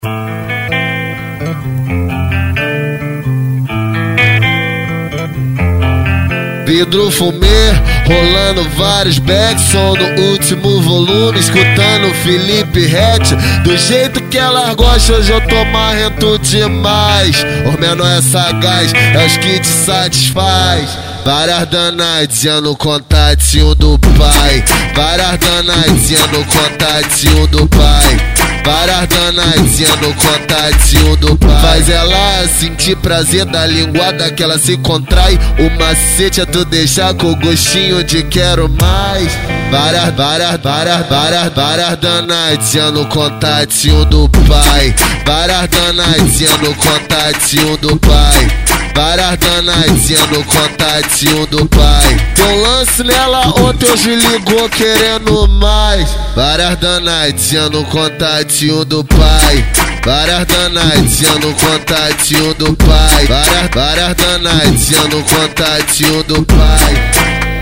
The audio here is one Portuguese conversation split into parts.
Vidro fumê, rolando vários backs, som no último volume, escutando Felipe Ret. Do jeito que ela gosta, hoje eu tô marrento demais. Os menor é sagaz, é os que te satisfaz. Várias danadinhas no contatinho do pai. Várias danadinhas no contatinho do pai. Várias danadinhas no contatinho do pai. Faz ela sentir prazer da linguada que ela se contrai. O macete é tu deixar com gostinho de quero mais. Várias danadinhas no contatinho do pai. Várias danadinhas no contatinho do pai. Várias danadinhas no contatinho do pai. Deu um lance nela ontem, hoje ligou querendo mais. Várias danadinhas no contatinho do pai. Várias danadinhas no contatinho do pai. Várias danadinhas no contatinho do pai.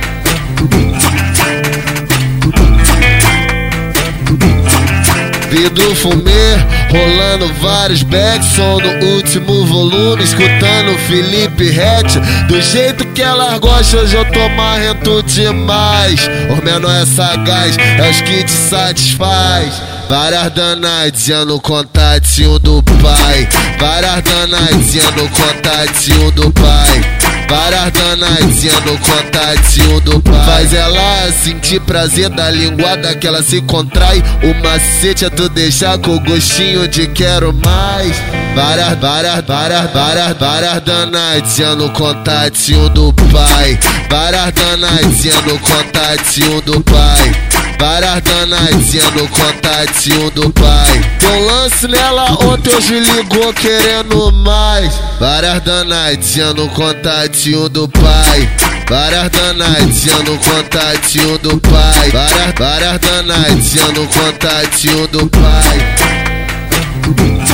Vidro fumê, rolando vários backs, som no último volume, escutando Felipe Ret. Do jeito que ela gosta, hoje eu tô marrento demais. Os menor é sagaz, é os que te satisfaz. Várias danadinhas no contatinho do pai. Várias danadinhas no contatinho do pai. Várias danadinhas no contatinho do pai. Faz ela sentir prazer da linguada que ela se contrai. O macete é tu deixar com gostinho de quero mais. Várias danadinhas no contatinho do pai. Várias danadinhas no contatinho do pai. Várias danadinhas no contatinho do pai. Deu um lance nela ontem, hoje ligou querendo mais. Várias danadinhas no contatinho do pai. Várias danadinhas no contatinho do pai. Várias danadinhas no contatinho do pai.